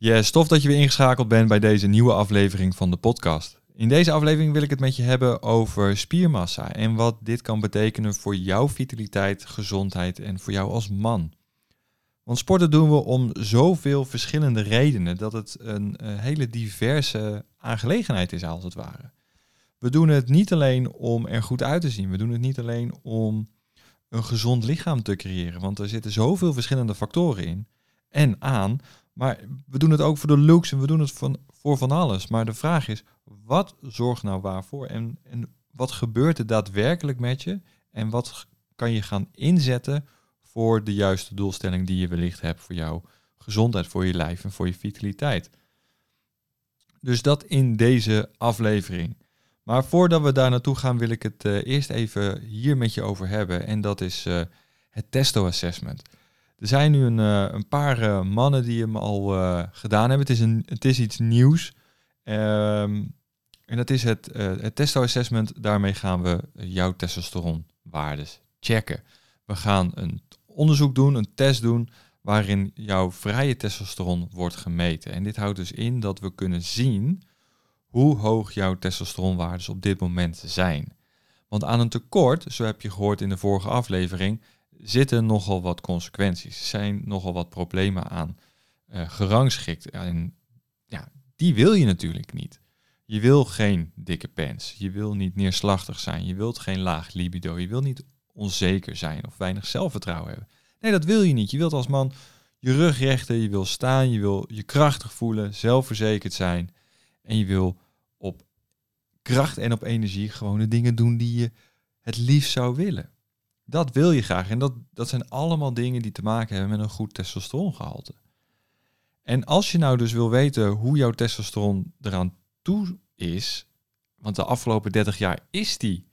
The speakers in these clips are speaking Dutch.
Yes, tof dat je weer ingeschakeld bent bij deze nieuwe aflevering van de podcast. In deze aflevering wil ik het met je hebben over spiermassa en wat dit kan betekenen voor jouw vitaliteit, gezondheid en voor jou als man. Want sporten doen we om zoveel verschillende redenen dat het een hele diverse aangelegenheid is als het ware. We doen het niet alleen om er goed uit te zien, we doen het niet alleen om een gezond lichaam te creëren, want er zitten zoveel verschillende factoren in en aan. Maar we doen het ook voor de looks en we doen het voor van alles. Maar de vraag is, wat zorgt nou waarvoor? En wat gebeurt er daadwerkelijk met je? En wat kan je gaan inzetten voor de juiste doelstelling die je wellicht hebt voor jouw gezondheid, voor je lijf en voor je vitaliteit? Dus dat in deze aflevering. Maar voordat we daar naartoe gaan, wil ik het eerst even hier met je over hebben. En dat is het Testo Assessment. Er zijn nu een paar mannen die hem al gedaan hebben. Het is iets nieuws. En dat is het Testo Assessment. Daarmee gaan we jouw testosteronwaardes checken. We gaan een onderzoek doen, een test doen, waarin jouw vrije testosteron wordt gemeten. En dit houdt dus in dat we kunnen zien hoe hoog jouw testosteronwaardes op dit moment zijn. Want aan een tekort, zo heb je gehoord in de vorige aflevering, zitten nogal wat consequenties. Er zijn nogal wat problemen aan gerangschikt. En ja, die wil je natuurlijk niet. Je wil geen dikke pens. Je wil niet neerslachtig zijn. Je wilt geen laag libido. Je wil niet onzeker zijn of weinig zelfvertrouwen hebben. Nee, dat wil je niet. Je wilt als man je rug rechten. Je wil staan. Je wil je krachtig voelen. Zelfverzekerd zijn. En je wil op kracht en op energie gewoon de dingen doen die je het liefst zou willen. Dat wil je graag. En dat zijn allemaal dingen die te maken hebben met een goed testosterongehalte. En als je nou dus wil weten hoe jouw testosteron eraan toe is, want de afgelopen 30 jaar is die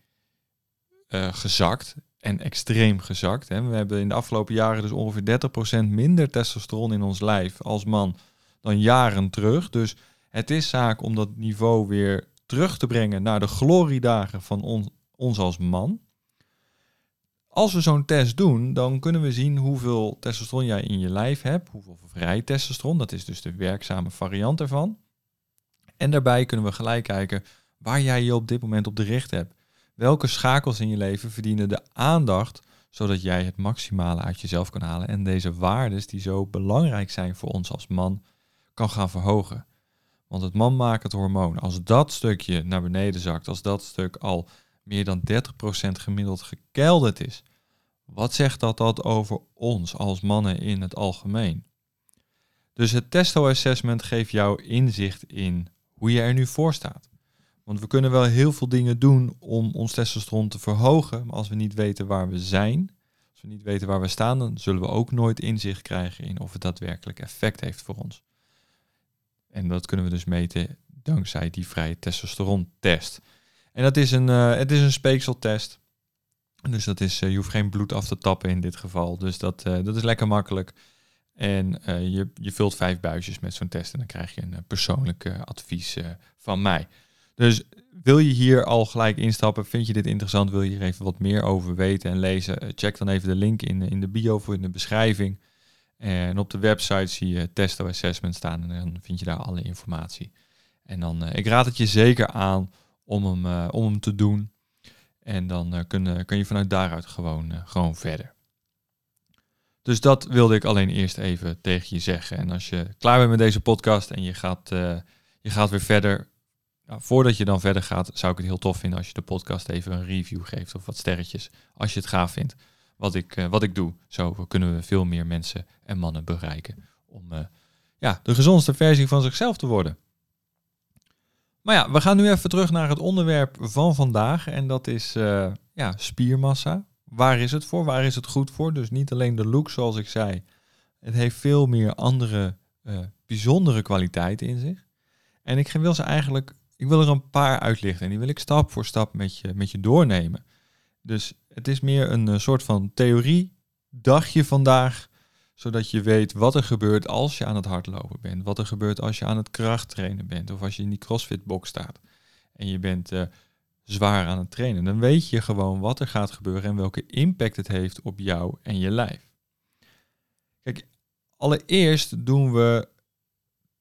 gezakt en extreem gezakt. Hè. We hebben in de afgelopen jaren dus ongeveer 30% minder testosteron in ons lijf als man dan jaren terug. Dus het is zaak om dat niveau weer terug te brengen naar de gloriedagen van ons als man. Als we zo'n test doen, dan kunnen we zien hoeveel testosteron jij in je lijf hebt, hoeveel vrij testosteron, dat is dus de werkzame variant ervan. En daarbij kunnen we gelijk kijken waar jij je op dit moment op de richt hebt. Welke schakels in je leven verdienen de aandacht, zodat jij het maximale uit jezelf kan halen en deze waardes die zo belangrijk zijn voor ons als man, kan gaan verhogen. Want het manmakend hormoon, als dat stukje naar beneden zakt, als dat stuk al meer dan 30% gemiddeld gekelderd is, wat zegt dat over ons als mannen in het algemeen? Dus het Testo Assessment geeft jou inzicht in hoe je er nu voor staat. Want we kunnen wel heel veel dingen doen om ons testosteron te verhogen, maar als we niet weten waar we zijn, als we niet weten waar we staan, dan zullen we ook nooit inzicht krijgen in of het daadwerkelijk effect heeft voor ons. En dat kunnen we dus meten dankzij die vrije testosterontest. En dat is het is een speekseltest. Dus dat is, je hoeft geen bloed af te tappen in dit geval. Dus dat is lekker makkelijk. En je vult 5 buisjes met zo'n test en dan krijg je een persoonlijk advies van mij. Dus wil je hier al gelijk instappen? Vind je dit interessant? Wil je hier even wat meer over weten en lezen? Check dan even de link in de bio voor in de beschrijving. En op de website zie je Testo Assessment staan en dan vind je daar alle informatie. En dan, ik raad het je zeker aan om hem te doen. En dan kun je vanuit daaruit gewoon verder. Dus dat wilde ik alleen eerst even tegen je zeggen. En als je klaar bent met deze podcast en je gaat weer verder. Nou, voordat je dan verder gaat, zou ik het heel tof vinden als je de podcast even een review geeft of wat sterretjes. Als je het gaaf vindt wat ik doe. Zo kunnen we veel meer mensen en mannen bereiken om de gezondste versie van zichzelf te worden. Maar ja, we gaan nu even terug naar het onderwerp van vandaag. En dat is spiermassa. Waar is het voor? Waar is het goed voor? Dus niet alleen de look, zoals ik zei. Het heeft veel meer andere bijzondere kwaliteiten in zich. En ik wil er een paar uitlichten. En die wil ik stap voor stap met je doornemen. Dus het is meer een soort van theoriedagje vandaag. Zodat je weet wat er gebeurt als je aan het hardlopen bent. Wat er gebeurt als je aan het krachttrainen bent. Of als je in die CrossFit-box staat. En je bent zwaar aan het trainen. Dan weet je gewoon wat er gaat gebeuren en welke impact het heeft op jou en je lijf. Kijk, allereerst doen we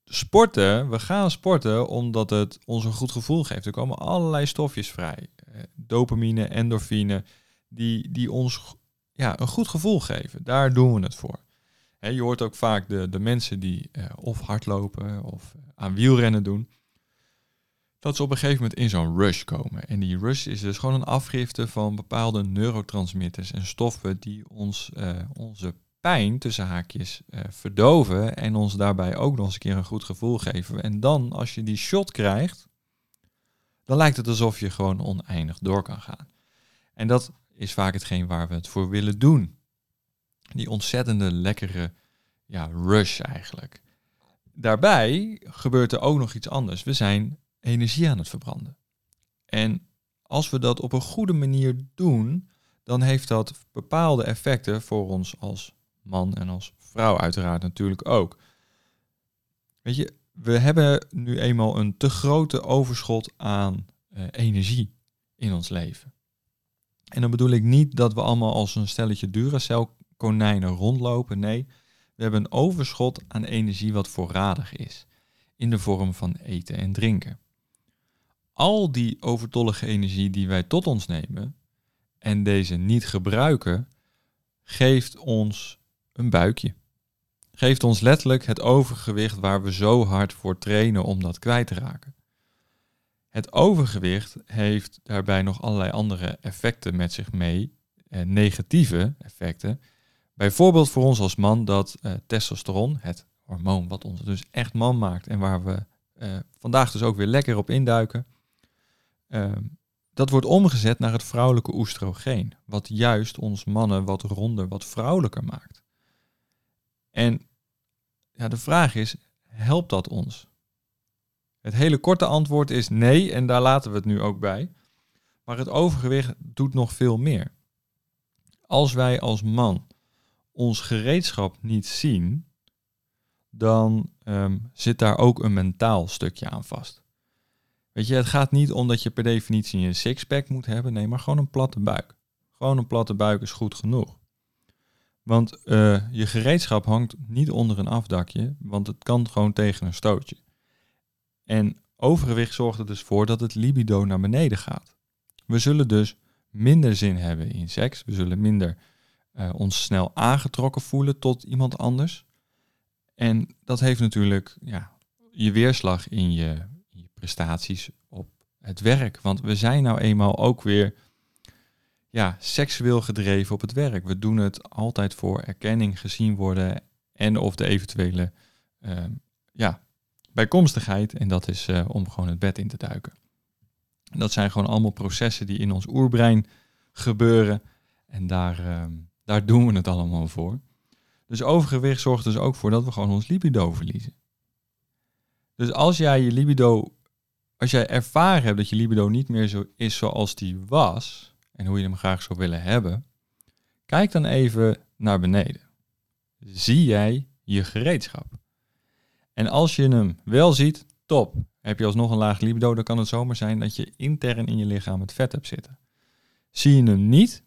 sporten, we gaan sporten omdat het ons een goed gevoel geeft. Er komen allerlei stofjes vrij. Dopamine, endorfine, die ons een goed gevoel geven. Daar doen we het voor. Je hoort ook vaak de mensen die of hardlopen of aan wielrennen doen, dat ze op een gegeven moment in zo'n rush komen. En die rush is dus gewoon een afgifte van bepaalde neurotransmitters en stoffen die onze pijn, tussen haakjes, verdoven en ons daarbij ook nog eens een keer een goed gevoel geven. En dan, als je die shot krijgt, dan lijkt het alsof je gewoon oneindig door kan gaan. En dat is vaak hetgeen waar we het voor willen doen. Die ontzettende lekkere rush eigenlijk. Daarbij gebeurt er ook nog iets anders. We zijn energie aan het verbranden. En als we dat op een goede manier doen, dan heeft dat bepaalde effecten voor ons als man en als vrouw uiteraard natuurlijk ook. Weet je, we hebben nu eenmaal een te grote overschot aan energie in ons leven. En dan bedoel ik niet dat we allemaal als een stelletje Duracell-konijnen rondlopen. Nee, we hebben een overschot aan energie wat voorradig is. In de vorm van eten en drinken. Al die overtollige energie die wij tot ons nemen en deze niet gebruiken, geeft ons een buikje. Geeft ons letterlijk het overgewicht waar we zo hard voor trainen om dat kwijt te raken. Het overgewicht heeft daarbij nog allerlei andere effecten met zich mee, negatieve effecten. Bijvoorbeeld voor ons als man dat testosteron, het hormoon wat ons dus echt man maakt en waar we vandaag dus ook weer lekker op induiken, dat wordt omgezet naar het vrouwelijke oestrogeen, wat juist ons mannen wat ronder, wat vrouwelijker maakt. En de vraag is, helpt dat ons? Het hele korte antwoord is nee, en daar laten we het nu ook bij. Maar het overgewicht doet nog veel meer. Als wij als man ons gereedschap niet zien, dan zit daar ook een mentaal stukje aan vast. Weet je, het gaat niet om dat je per definitie een sixpack moet hebben, nee, maar gewoon een platte buik. Gewoon een platte buik is goed genoeg. Want je gereedschap hangt niet onder een afdakje, want het kan gewoon tegen een stootje. En overgewicht zorgt er dus voor dat het libido naar beneden gaat. We zullen dus minder zin hebben in seks. We zullen minder ons snel aangetrokken voelen tot iemand anders. En dat heeft natuurlijk je weerslag in je prestaties op het werk. Want we zijn nou eenmaal ook weer seksueel gedreven op het werk. We doen het altijd voor erkenning, gezien worden en of de eventuele bijkomstigheid. En dat is om gewoon het bed in te duiken. Dat zijn gewoon allemaal processen die in ons oerbrein gebeuren. En daar doen we het allemaal voor. Dus overgewicht zorgt dus ook voor dat we gewoon ons libido verliezen. Dus als jij ervaren hebt dat je libido niet meer zo is zoals die was, en hoe je hem graag zou willen hebben, kijk dan even naar beneden. Zie jij je gereedschap? En als je hem wel ziet, top. Heb je alsnog een laag libido, dan kan het zomaar zijn dat je intern in je lichaam het vet hebt zitten. Zie je hem niet,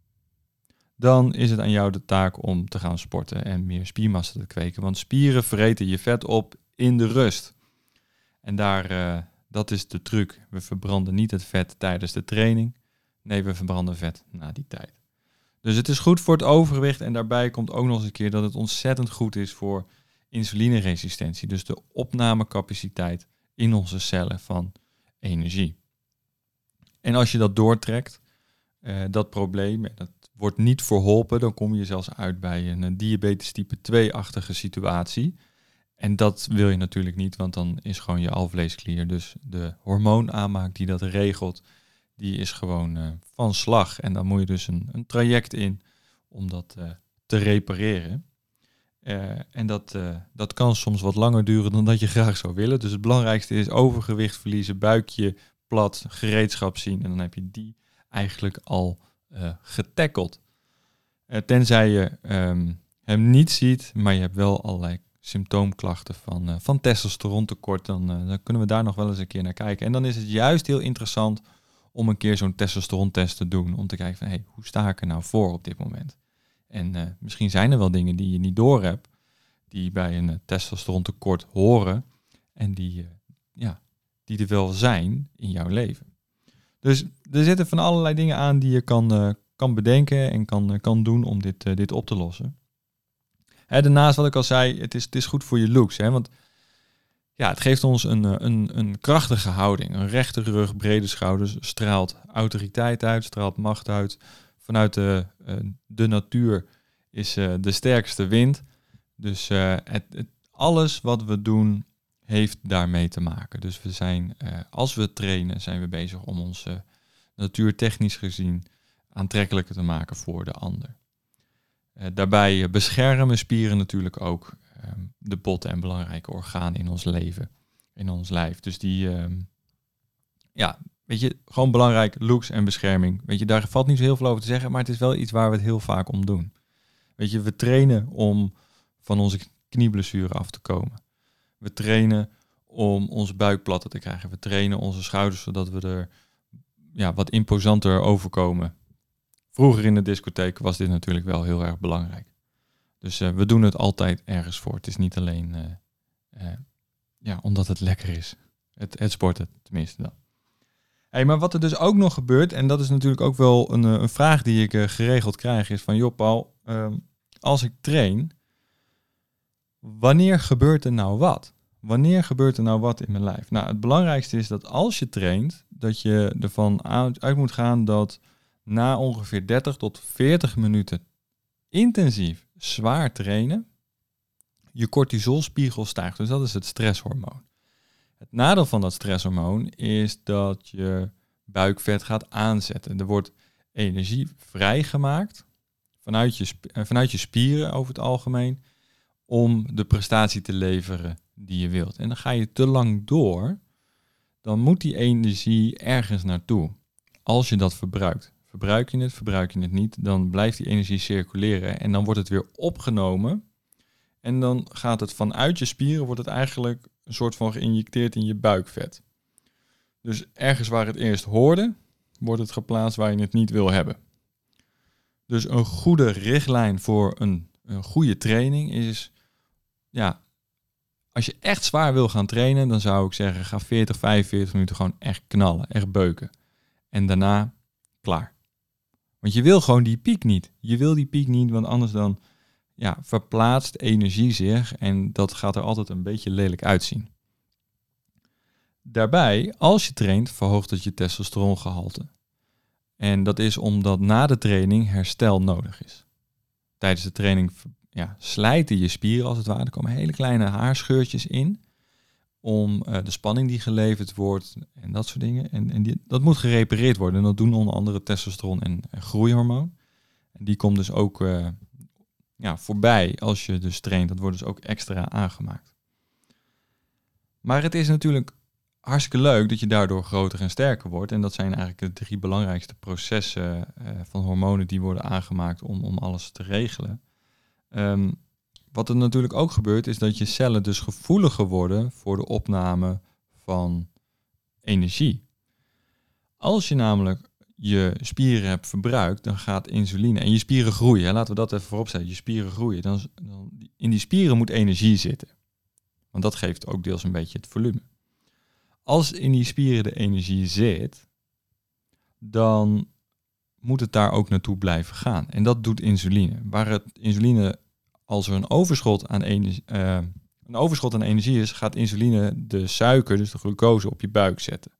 dan is het aan jou de taak om te gaan sporten en meer spiermassa te kweken. Want spieren vreten je vet op in de rust. En dat is de truc. We verbranden niet het vet tijdens de training. Nee, we verbranden vet na die tijd. Dus het is goed voor het overgewicht. En daarbij komt ook nog eens een keer dat het ontzettend goed is voor insulineresistentie. Dus de opnamecapaciteit in onze cellen van energie. En als je dat doortrekt, dat probleem, dat wordt niet verholpen, dan kom je zelfs uit bij een diabetes type 2-achtige situatie. En dat wil je natuurlijk niet, want dan is gewoon je alvleesklier, dus de hormoonaanmaak die dat regelt, die is gewoon van slag. En dan moet je dus een traject in om dat te repareren. En dat kan soms wat langer duren dan dat je graag zou willen. Dus het belangrijkste is overgewicht verliezen, buikje plat, gereedschap zien. En dan heb je die eigenlijk al getackeld. Tenzij je hem niet ziet, maar je hebt wel allerlei symptoomklachten van testosterontekort, dan kunnen we daar nog wel eens een keer naar kijken. En dan is het juist heel interessant om een keer zo'n testosterontest te doen, om te kijken van hoe sta ik er nou voor op dit moment? En misschien zijn er wel dingen die je niet door hebt, die bij een testosterontekort horen en die er wel zijn in jouw leven. Dus er zitten van allerlei dingen aan die je kan bedenken en kan doen om dit op te lossen. Daarnaast, wat ik al zei, het is goed voor je looks. Want het geeft ons een krachtige houding. Een rechte rug, brede schouders, straalt autoriteit uit, straalt macht uit. Vanuit de natuur is de sterkste wind. Dus alles wat we doen heeft daarmee te maken. Dus we zijn, als we trainen, zijn we bezig om ons natuurtechnisch gezien aantrekkelijker te maken voor de ander. Daarbij beschermen spieren natuurlijk ook de botten en belangrijke organen in ons leven, in ons lijf. Dus gewoon belangrijk, looks en bescherming. Weet je, daar valt niet zo heel veel over te zeggen, maar het is wel iets waar we het heel vaak om doen. Weet je, we trainen om van onze knieblessure af te komen. We trainen om onze buik platter te krijgen. We trainen onze schouders zodat we er wat imposanter overkomen. Vroeger in de discotheek was dit natuurlijk wel heel erg belangrijk. Dus we doen het altijd ergens voor. Het is niet alleen omdat het lekker is. Het sporten, tenminste dan. Maar wat er dus ook nog gebeurt, en dat is natuurlijk ook wel een vraag die ik geregeld krijg, is van, joh Paul, als ik train, wanneer gebeurt er nou wat? Wanneer gebeurt er nou wat in mijn lijf? Nou, het belangrijkste is dat als je traint, dat je ervan uit moet gaan dat na ongeveer 30 tot 40 minuten intensief zwaar trainen, je cortisolspiegel stijgt. Dus dat is het stresshormoon. Het nadeel van dat stresshormoon is dat je buikvet gaat aanzetten. Er wordt energie vrijgemaakt vanuit je spieren over het algemeen om de prestatie te leveren die je wilt. En dan ga je te lang door, dan moet die energie ergens naartoe. Als je dat verbruikt. Verbruik je het niet, dan blijft die energie circuleren en dan wordt het weer opgenomen. En dan gaat het vanuit je spieren, wordt het eigenlijk een soort van geïnjecteerd in je buikvet. Dus ergens waar het eerst hoorde, wordt het geplaatst waar je het niet wil hebben. Dus een goede richtlijn voor een goede training is, als je echt zwaar wil gaan trainen, dan zou ik zeggen, ga 40, 45 minuten gewoon echt knallen, echt beuken. En daarna, klaar. Want je wil gewoon die piek niet. Je wil die piek niet, want anders dan verplaatst energie zich en dat gaat er altijd een beetje lelijk uitzien. Daarbij, als je traint, verhoogt het je testosterongehalte. En dat is omdat na de training herstel nodig is. Tijdens de training slijten je spieren als het ware. Er komen hele kleine haarscheurtjes in om de spanning die geleverd wordt en dat soort dingen. En dat moet gerepareerd worden. En dat doen onder andere testosteron en groeihormoon. En die komt dus ook voorbij als je dus traint. Dat wordt dus ook extra aangemaakt. Maar het is natuurlijk hartstikke leuk dat je daardoor groter en sterker wordt. En dat zijn eigenlijk de 3 belangrijkste processen van hormonen die worden aangemaakt om alles te regelen. Wat er natuurlijk ook gebeurt is dat je cellen dus gevoeliger worden voor de opname van energie. Als je namelijk je spieren hebt verbruikt, dan gaat insuline en je spieren groeien. Hè, laten we dat even vooropstellen. Je spieren groeien. Dan in die spieren moet energie zitten. Want dat geeft ook deels een beetje het volume. Als in die spieren de energie zit, dan moet het daar ook naartoe blijven gaan. En dat doet insuline. Waar het insuline, als er een overschot aan energie is, gaat insuline de suiker, dus de glucose, op je buik zetten.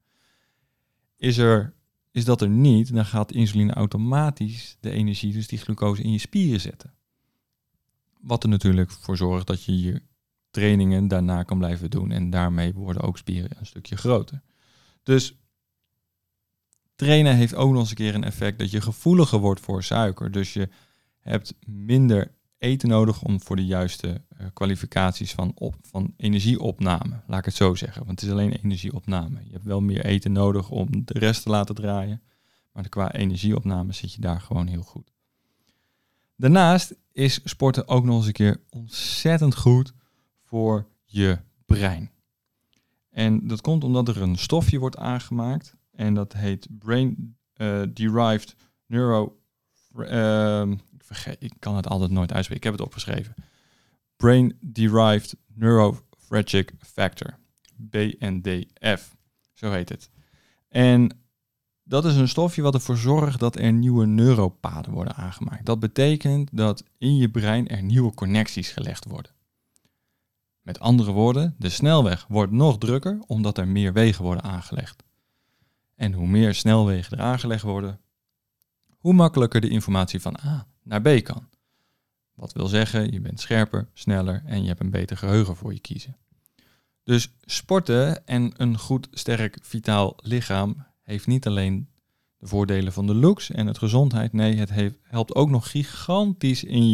Is dat er niet, dan gaat insuline automatisch de energie, dus die glucose, in je spieren zetten. Wat er natuurlijk voor zorgt dat je je trainingen daarna kan blijven doen. En daarmee worden ook spieren een stukje groter. Dus trainen heeft ook nog eens een keer een effect dat je gevoeliger wordt voor suiker. Dus je hebt minder eten nodig om voor de juiste kwalificaties van energieopname. Laat ik het zo zeggen, want het is alleen energieopname. Je hebt wel meer eten nodig om de rest te laten draaien. Maar qua energieopname zit je daar gewoon heel goed. Daarnaast is sporten ook nog eens een keer ontzettend goed voor je brein. En dat komt omdat er een stofje wordt aangemaakt. En dat heet Brain Derived Neuro... ik kan het altijd nooit uitspreken. Ik heb het opgeschreven. Brain Derived Neurofregic Factor, BNDF, zo heet het. En dat is een stofje wat ervoor zorgt dat er nieuwe neuropaden worden aangemaakt. Dat betekent dat in je brein er nieuwe connecties gelegd worden. Met andere woorden, de snelweg wordt nog drukker omdat er meer wegen worden aangelegd. En hoe meer snelwegen er aangelegd worden, hoe makkelijker de informatie van A naar B kan. Wat wil zeggen, je bent scherper, sneller en je hebt een beter geheugen voor je kiezen. Dus sporten en een goed, sterk, vitaal lichaam heeft niet alleen de voordelen van de looks en het gezondheid. Nee, het helpt ook nog gigantisch in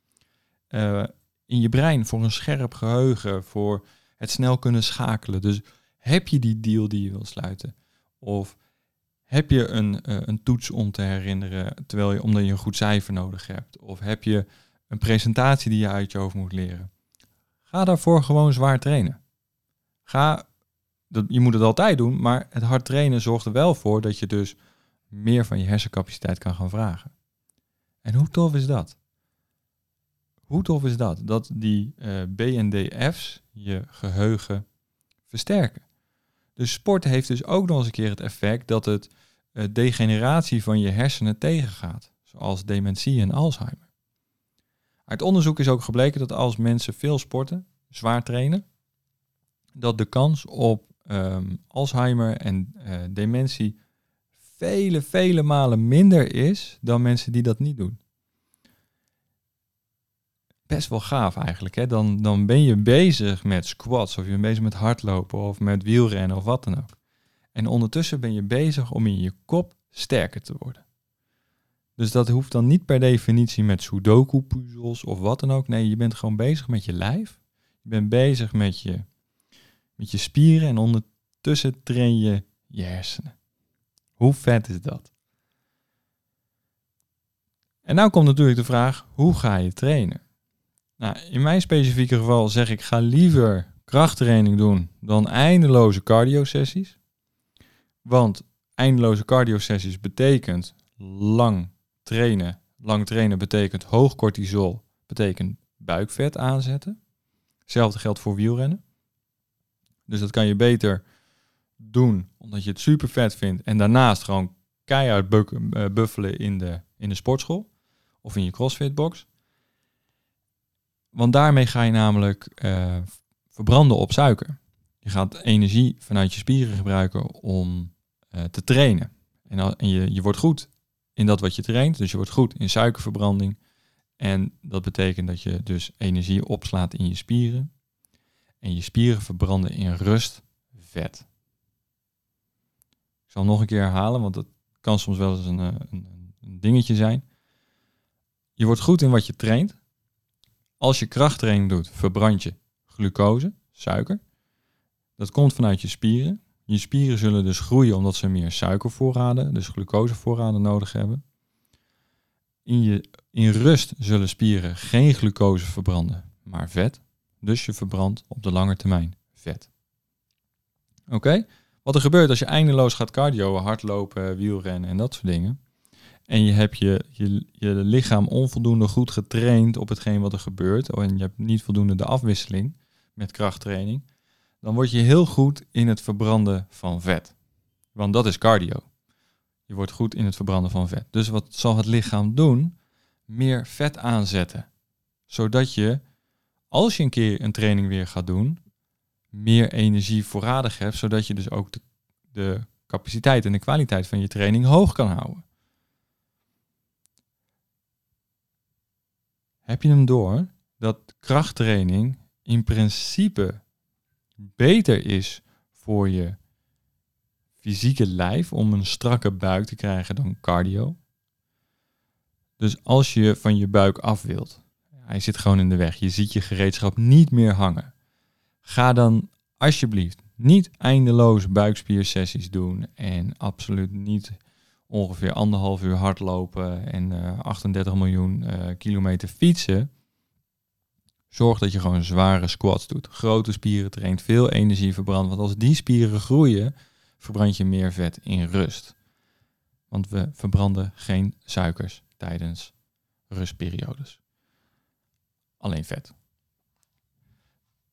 je brein voor een scherp geheugen, voor het snel kunnen schakelen. Dus heb je die deal die je wil sluiten? Of heb je een toets om te herinneren omdat je een goed cijfer nodig hebt? Of heb je een presentatie die je uit je hoofd moet leren? Ga daarvoor gewoon zwaar trainen. Je moet het altijd doen, maar het hard trainen zorgt er wel voor dat je dus meer van je hersencapaciteit kan gaan vragen. En hoe tof is dat? Hoe tof is dat? Dat die BNDF's je geheugen versterken. Dus sport heeft dus ook nog eens een keer het effect dat het degeneratie van je hersenen tegengaat. Zoals dementie en Alzheimer. Uit onderzoek is ook gebleken dat als mensen veel sporten, zwaar trainen, dat de kans op Alzheimer en dementie vele malen minder is dan mensen die dat niet doen. Best wel gaaf eigenlijk. Hè? Dan ben je bezig met squats of je bent bezig met hardlopen of met wielrennen of wat dan ook. En ondertussen ben je bezig om in je kop sterker te worden. Dus dat hoeft dan niet per definitie met sudoku-puzzels of wat dan ook. Nee, je bent gewoon bezig met je lijf. Je bent bezig met je spieren en ondertussen train je je hersenen. Hoe vet is dat? En nou komt natuurlijk de vraag, hoe ga je trainen? Nou, in mijn specifieke geval zeg ik, ga liever krachttraining doen dan eindeloze cardio-sessies. Want eindeloze cardio-sessies betekent lang trainen. Lang trainen betekent hoog cortisol, betekent buikvet aanzetten. Hetzelfde geldt voor wielrennen. Dus dat kan je beter doen omdat je het super vet vindt en daarnaast gewoon keihard buffelen in de sportschool of in je crossfitbox. Want daarmee ga je namelijk verbranden op suiker. Je gaat energie vanuit je spieren gebruiken om te trainen. En je wordt goed in dat wat je traint, dus je wordt goed in suikerverbranding. En dat betekent dat je dus energie opslaat in je spieren. En je spieren verbranden in rust vet. Ik zal hem nog een keer herhalen, want dat kan soms wel eens een dingetje zijn. Je wordt goed in wat je traint. Als je krachttraining doet, verbrand je glucose, suiker. Dat komt vanuit je spieren. Je spieren zullen dus groeien omdat ze meer suikervoorraden, dus glucosevoorraden nodig hebben. In rust zullen spieren geen glucose verbranden, maar vet. Dus je verbrandt op de lange termijn vet. Oké? Wat er gebeurt als je eindeloos gaat cardio, hardlopen, wielrennen en dat soort dingen. En je hebt je lichaam onvoldoende goed getraind op hetgeen wat er gebeurt. En je hebt niet voldoende de afwisseling met krachttraining. Dan word je heel goed in het verbranden van vet. Want dat is cardio. Je wordt goed in het verbranden van vet. Dus wat zal het lichaam doen? Meer vet aanzetten. Zodat je, als je een keer een training weer gaat doen, meer energie voorradig hebt. Zodat je dus ook de capaciteit en de kwaliteit van je training hoog kan houden. Heb je hem door dat krachttraining in principe beter is voor je fysieke lijf om een strakke buik te krijgen dan cardio? Dus als je van je buik af wilt, hij zit gewoon in de weg, je ziet je gereedschap niet meer hangen. Ga dan alsjeblieft niet eindeloos buikspiersessies doen en absoluut niet ongeveer 1,5 uur hardlopen en 38 miljoen kilometer fietsen. Zorg dat je gewoon zware squats doet. Grote spieren traint, veel energie verbrandt. Want als die spieren groeien, verbrand je meer vet in rust. Want we verbranden geen suikers tijdens rustperiodes. Alleen vet.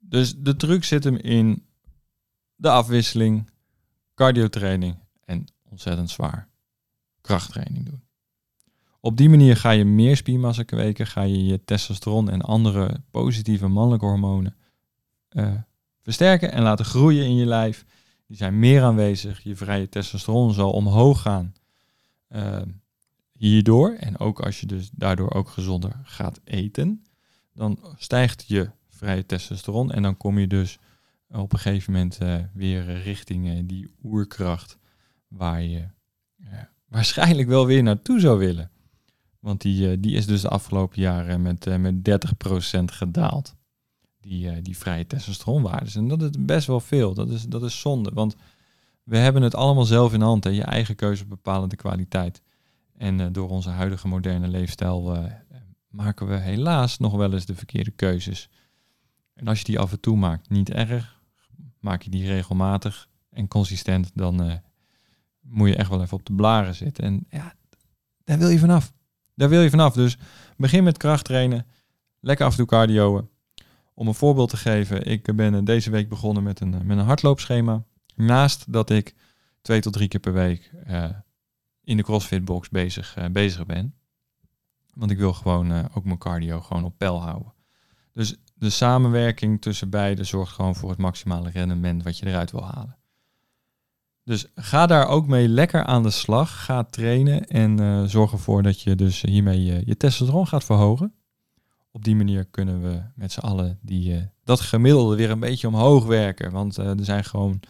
Dus de truc zit hem in de afwisseling, cardiotraining en ontzettend zwaar krachttraining doen. Op die manier ga je meer spiermassa kweken, ga je je testosteron en andere positieve mannelijke hormonen versterken en laten groeien in je lijf. Die zijn meer aanwezig, je vrije testosteron zal omhoog gaan hierdoor. En ook als je dus daardoor ook gezonder gaat eten, dan stijgt je vrije testosteron en dan kom je dus op een gegeven moment weer richting die oerkracht waar je waarschijnlijk wel weer naartoe zou willen. Want die is dus de afgelopen jaren met 30% gedaald. Die vrije testosteronwaardes. En dat is best wel veel. Dat is zonde. Want we hebben het allemaal zelf in de hand. Hè. Je eigen keuzes bepalen de kwaliteit. En door onze huidige moderne leefstijl maken we helaas nog wel eens de verkeerde keuzes. En als je die af en toe maakt, niet erg. Maak je die regelmatig en consistent, dan moet je echt wel even op de blaren zitten. En ja, daar wil je vanaf. Daar wil je vanaf. Dus begin met krachttrainen. Lekker af en toe cardioën. Om een voorbeeld te geven, ik ben deze week begonnen met een hardloopschema. Naast dat ik 2 tot 3 keer per week in de CrossFit-box bezig ben. Want ik wil gewoon ook mijn cardio gewoon op peil houden. Dus de samenwerking tussen beide zorgt gewoon voor het maximale rendement wat je eruit wil halen. Dus ga daar ook mee lekker aan de slag. Ga trainen en zorg ervoor dat je dus hiermee je testosteron gaat verhogen. Op die manier kunnen we met z'n allen dat gemiddelde weer een beetje omhoog werken. Want er zijn gewoon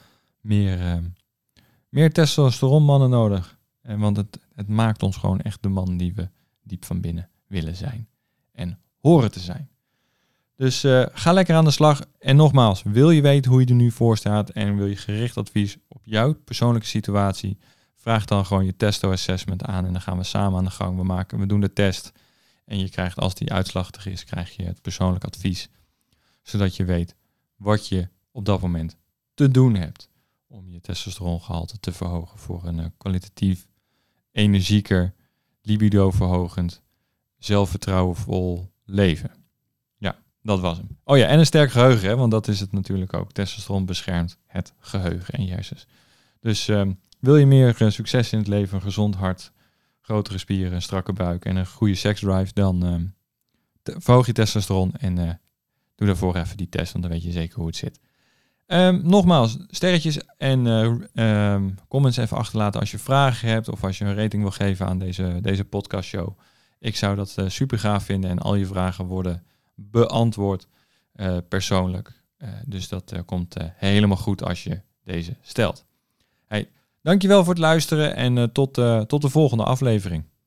meer testosteronmannen nodig. Want het maakt ons gewoon echt de man die we diep van binnen willen zijn. En horen te zijn. Dus ga lekker aan de slag. En nogmaals, wil je weten hoe je er nu voor staat en wil je gericht advies op jouw persoonlijke situatie, vraag dan gewoon je testo-assessment aan en dan gaan we samen aan de gang. We doen de test en je krijgt, als die uitslachtig is, krijg je het persoonlijk advies. Zodat je weet wat je op dat moment te doen hebt om je testosterongehalte te verhogen voor een kwalitatief, energieker, libido-verhogend, zelfvertrouwenvol leven. Dat was hem. Oh ja, en een sterk geheugen, hè, want dat is het natuurlijk ook. Testosteron beschermt het geheugen en je hersens. Dus wil je meer succes in het leven, een gezond hart, grotere spieren, een strakke buik en een goede seksdrive, dan verhoog je testosteron en doe daarvoor even die test, want dan weet je zeker hoe het zit. Nogmaals, sterretjes en comments even achterlaten als je vragen hebt of als je een rating wil geven aan deze podcastshow. Ik zou dat super gaaf vinden en al je vragen worden beantwoord persoonlijk. Dus dat komt helemaal goed als je deze stelt. Hey, dankjewel voor het luisteren en tot de volgende aflevering.